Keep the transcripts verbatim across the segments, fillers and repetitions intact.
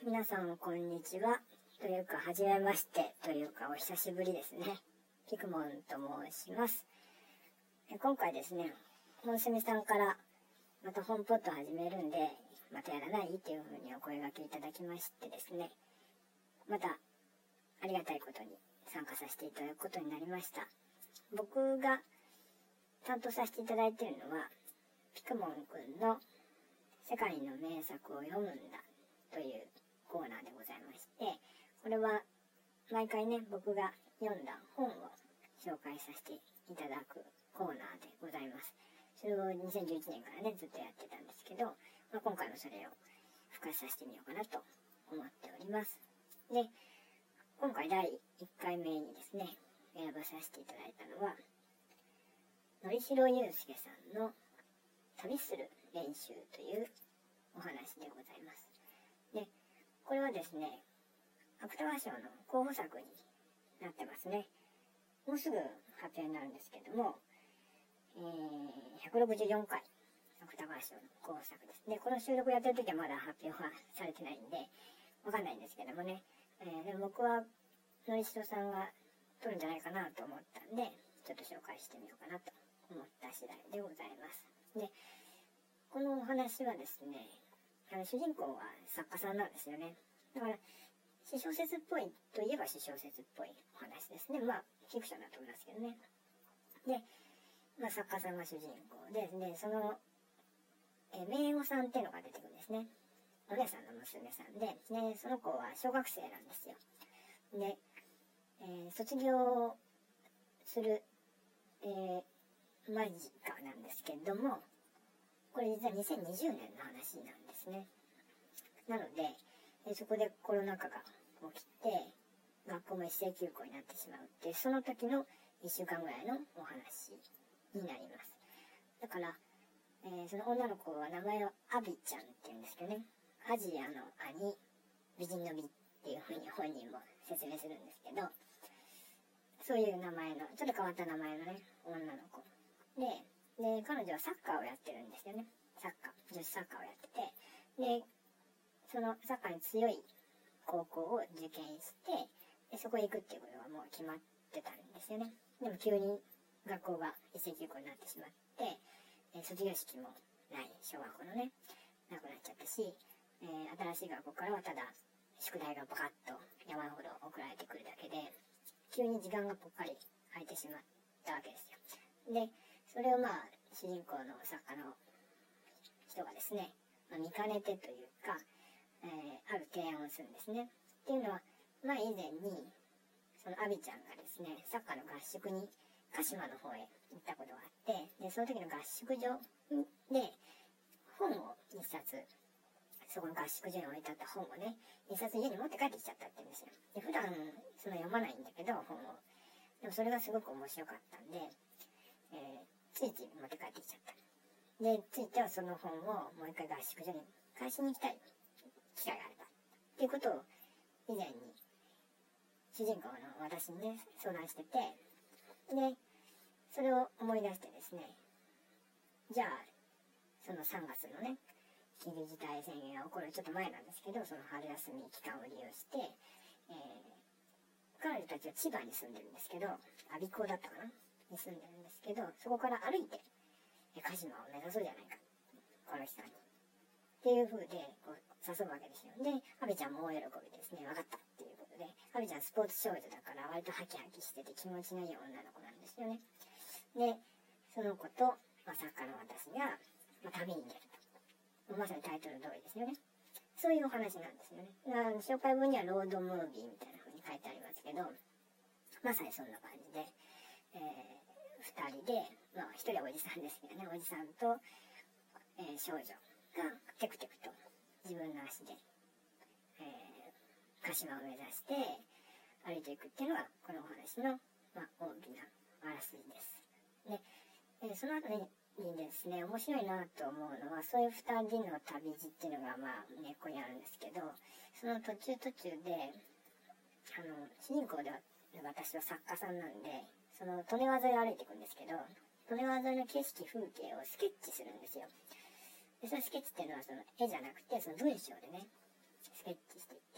皆さんこんにちは。というか、はじめましてというか、お久しぶりですね。ピクモンと申します。今回ですね、本住さんからまた本ポッド始めるんで、またやらないっていうふうにお声掛けいただきましてですね、またありがたいことに参加させていただくことになりました。僕が担当させていただいているのは、ピクモンくんの世界の名作を読むんだというコーナーでございまして、これは毎回ね、僕が読んだ本を紹介させていただくコーナーでございます。それをにせんじゅういちねんからね、ずっとやってたんですけど、まあ、今回もそれを復活させてみようかなと思っております。で、今回だいいっかいめにですね、選ばさせていただいたのは、のりしろゆうすけさんの旅する練習というお話でございます。で、これはですね、芥川賞の候補作になってますね。もうすぐ発表になるんですけども、えー、ひゃくろくじゅうよんかい芥川賞の候補作です。で、この収録やってる時はまだ発表はされてないんで、わかんないんですけどもね、えー、でも僕はのりしろさんが撮るんじゃないかなと思ったんで、ちょっと紹介してみようかなと思った次第でございます。で、このお話はですね、あの主人公は作家さんなんですよね。だから詩小説っぽいといえば詩小説っぽいお話ですね。まあフィクションだと思いますけどね。で、まあ、作家さんが主人公で、でそのえ名護さんっていうのが出てくるんですね。お姉さんの娘さんで、でその子は小学生なんですよ。で、えー、卒業する、えー、間近なんですけども、これ実はにせんにじゅうねんの話なんですね。なので、えそこでコロナ禍が起きて、学校も一斉休校になってしまうっていう、その時のいっしゅうかんぐらいのお話になります。だから、えー、その女の子は名前をアビちゃんって言うんですけどね、アジアのアに、美人の美っていうふうに本人も説明するんですけど、そういう名前の、ちょっと変わった名前のね、女の子。で、で、彼女はサッカーをやってるんですよね。サッカー、女子サッカーをやってて、で、そのサッカーに強い高校を受験して、でそこへ行くっていうことはもう決まってたんですよね。でも急に学校が一斉休校になってしまって、え卒業式もない小学校のね、なくなっちゃったし、えー、新しい学校からはただ宿題がバカッと山ほど送られてくるだけで、急に時間がぽっかり空いてしまったわけですよ。で、それをまあ主人公の作家の人がですね、まあ、見かねてというか、えー、ある提案をするんですね。っていうのは、まあ以前にそのアビちゃんがですね、サッカーの合宿に鹿島の方へ行ったことがあって、でその時の合宿所で本を一冊、そこの合宿所に置いてあった本をね、一冊家に持って帰ってきちゃったって言うんですよ。で普段その読まないんだけど本を、でもそれがすごく面白かったんで、えー、ついつい持って帰ってきちゃった。でついてはその本をもう一回合宿所に返しに行きたい機会があればっていうことを以前に主人公の私にね相談してて、でそれを思い出してですね、じゃあそのさんがつのね緊急事態宣言が起こるちょっと前なんですけど、その春休み期間を利用して、えー、彼女たちは千葉に住んでるんですけど、我孫子だったかなに住んでるんですけど、そこから歩いて鹿島を目指そうじゃないかこの期間にっていう風でこう誘うわけですよ。でアビちゃんも大喜びですね。分かったっていうことで、アビちゃんスポーツ少女だから割とハキハキしてて気持ちのいい女の子なんですよね。でその子と、まあ、作家の私が、まあ、旅に出ると、まさにタイトル通りですよね。そういうお話なんですよね。紹介文にはロードムービーみたいな風に書いてありますけど、まさにそんな感じで、えー、ふたりで、まあ、ひとりはおじさんですけどね、おじさんと、えー、少女がテクテクと自分の足で、えー、鹿島を目指して歩いていくっていうのがこのお話の、まあ、大きなあらすじです。で、えー、その後にですね、面白いなと思うのは、そういうふたりの旅路っていうのがまあ根っこにあるんですけど、その途中途中であの主人公では私は作家さんなんで、その利根川沿いを歩いていくんですけど、利根川沿いの景色風景をスケッチするんですよ。でそのスケッチっていうのはその絵じゃなくてその文章でねスケッチしていっ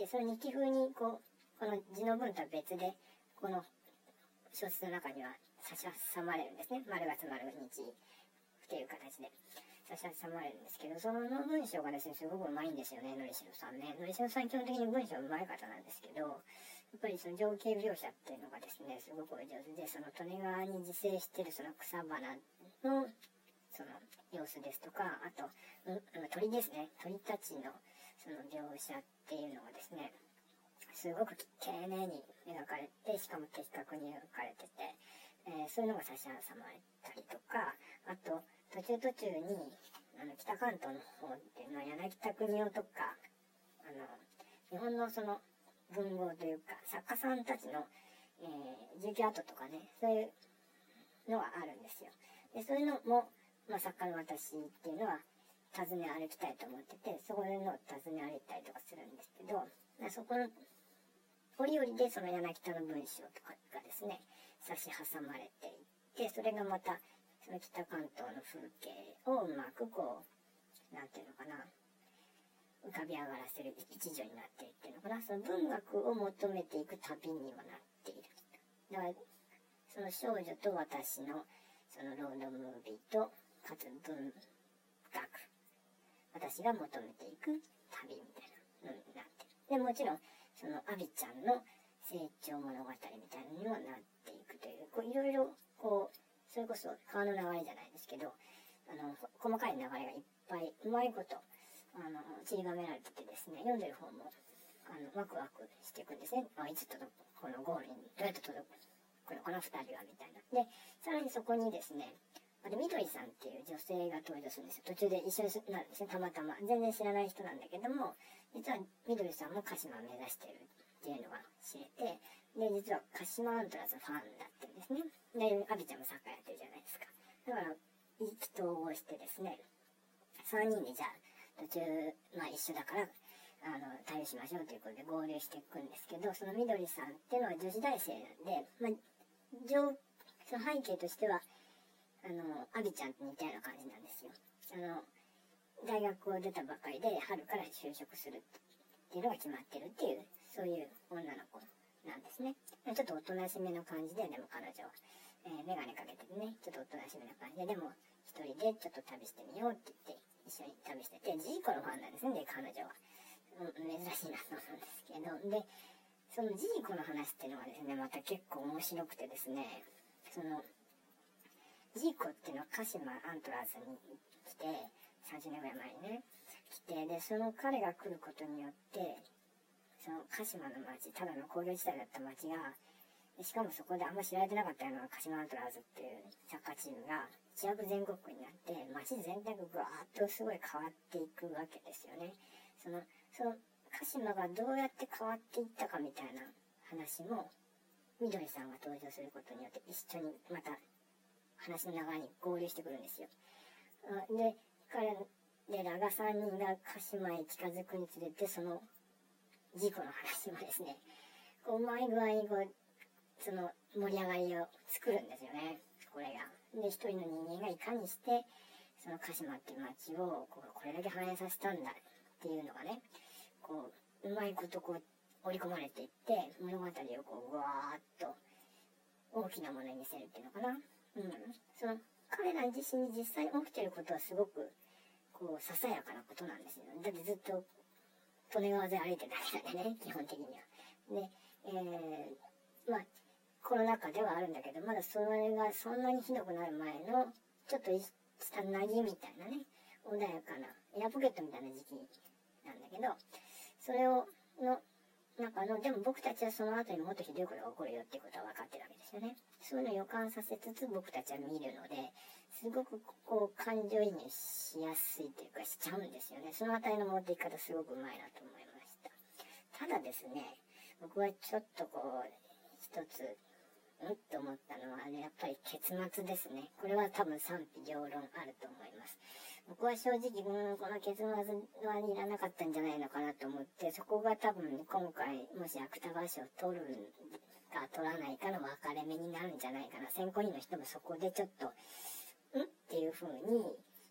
て、その日記風にこう、この字の文とは別で、この小説の中には差し挟まれるんですね。丸月丸日っていう形で差し挟まれるんですけど、その文章がですね、すごくうまいんですよね、のりしろさんね。のりしろさん基本的に文章うまい方なんですけど、やっぱりその情景描写っていうのがですね、すごく上手で、その利根川に自生してるその草花のその様子ですとか、あと、うん、鳥ですね、鳥たちのその描写っていうのがですね、すごく丁寧に描かれて、しかも的確に描かれてて、えー、そういうのが差し挟まれたりとか、あと途中途中にあの北関東の方っていうのは柳田国男とか、あの日本のその文豪というか作家さんたちの、えー、住居跡とかね、そういうのがあるんですよ。でそういうのも、まあ、作家の私っていうのは訪ね歩きたいと思ってて、そういうのを訪ね歩いたりとかするんですけど、そこの折々でその柳田の文章とかがですね、差し挟まれていって、それがまたその北関東の風景をうまくこう、なんていうのかな、浮かび上がらせる一助になっているっていうのかな、その文学を求めていく旅にもなっている。だからその少女と私のそのロードムービーとかつ文学、私が求めていく旅みたいなのになってる。でもちろんそのアビちゃんの成長物語みたいなのにもなっていくという、こういろいろこうそれこそ川の流れじゃないですけど、あの細かい流れがいっぱいうまいことあの散りばめられててですね、読んでる方もあのワクワクしていくんですね。あ、いつ届く、このゴールにどうやって届くのこのふたりはみたいな。でさらにそこにですね、あれみどりさんっていう女性が登場するんですよ。途中で一緒になるんですね、たまたま。全然知らない人なんだけども、実はみどりさんも鹿島を目指しているっていうのが知れて、で実は鹿島アントラーズのファンだってんですね。でアビちゃんもサッカーやってるじゃないですか。だから意気投合してですね、さんにんでじゃあ途中まあ一緒だからあの対応しましょうということで合流していくんですけど、そのみどりさんっていうのは女子大生なんで、まあ、上その背景としてはあのアビちゃんと似たような感じなんですよ。あの大学を出たばかりで春から就職するっていうのが決まってるっていう、そういう女の子なんですね。ちょっとおとなしめの感じで、でも彼女は、えー、メガネかけてね、ちょっとおとなしめな感じで、でも一人でちょっと旅してみようって言って一緒に旅してて、ジーコのファンなんですね。で彼女は、うん、珍しいなと思うんですけど、でそのジーコの話っていうのはですね、また結構面白くてですね、そのジーコっていうのは鹿島アントラーズに来てさんじゅうねんぐらい前にね来て、でその彼が来ることによってその鹿島の町、ただの工業地帯だった町が、しかもそこであんま知られてなかったような鹿島アントラーズっていうサッカーチームが一躍全国区になって町全体がぐわーっとすごい変わっていくわけですよね。そのその鹿島がどうやって変わっていったかみたいな話もみどりさんが登場することによって一緒にまた話の流れに合流してくるんですよ。で彼らがさんにんが鹿島へ近づくにつれて、その事故の話もですね、こううまい具合にこうその盛り上がりを作るんですよね、これが。で一人の人間がいかにしてその鹿島っていう町をこうこれだけ反映させたんだっていうのがね、こううまいことこう織り込まれていって物語をこううわーっと大きなものに見せるっていうのかな。うん、その彼ら自身に実際に起きていることはすごくこうささやかなことなんですよ。だってずっと利根川で歩いてるだけなんでね、基本的には。で、えー、まあコロナ禍ではあるんだけど、まだそれがそんなにひどくなる前のちょっとしたなぎみたいなね、穏やかなエアポケットみたいな時期なんだけど、それをの中の、でも僕たちはその後にもっとひどいことが起こるよっていうことは分かってるわけですよね。そういうのを予感させつつ僕たちは見るので、すごくこう感情移入しやすいというかしちゃうんですよね。そのあたりの持っていき方すごくうまいなと思いました。ただですね、僕はちょっとこう一つうんと思ったのはね、やっぱり結末ですね。これは多分賛否両論あると思います。僕は正直、うん、この結末はいらなかったんじゃないのかなと思って、そこが多分今回もし芥川賞を取るか取らないかの分かれ目になるんじゃないかな。選考委員の人もそこでちょっとんっていう風に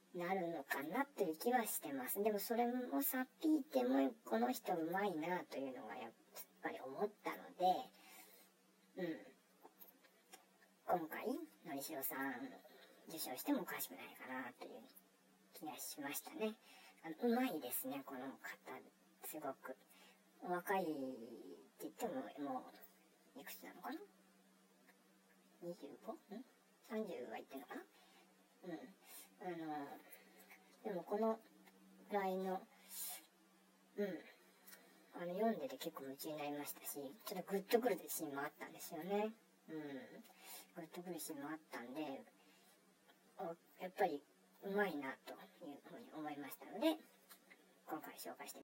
なるのかなという気はしてます。でもそれもさっぴいてもこの人うまいなというのがやっぱり思ったので、うん。今回、のりしろさん受賞してもおかしくないかなという気がしましたね。あの、うまいですね、この方。すごく。お若いって言っても、もう、いくつなのかな ?にじゅうご? ん ?さんじゅう は言ってんのかな。うん。あの、でもこのぐらいの、うん。あの、読んでて結構夢中になりましたし、ちょっとグッとくるシーンもあったんですよね。うん。グッとくるシーンもあったんで、やっぱりうまいなというふうに思いましたので、今回紹介して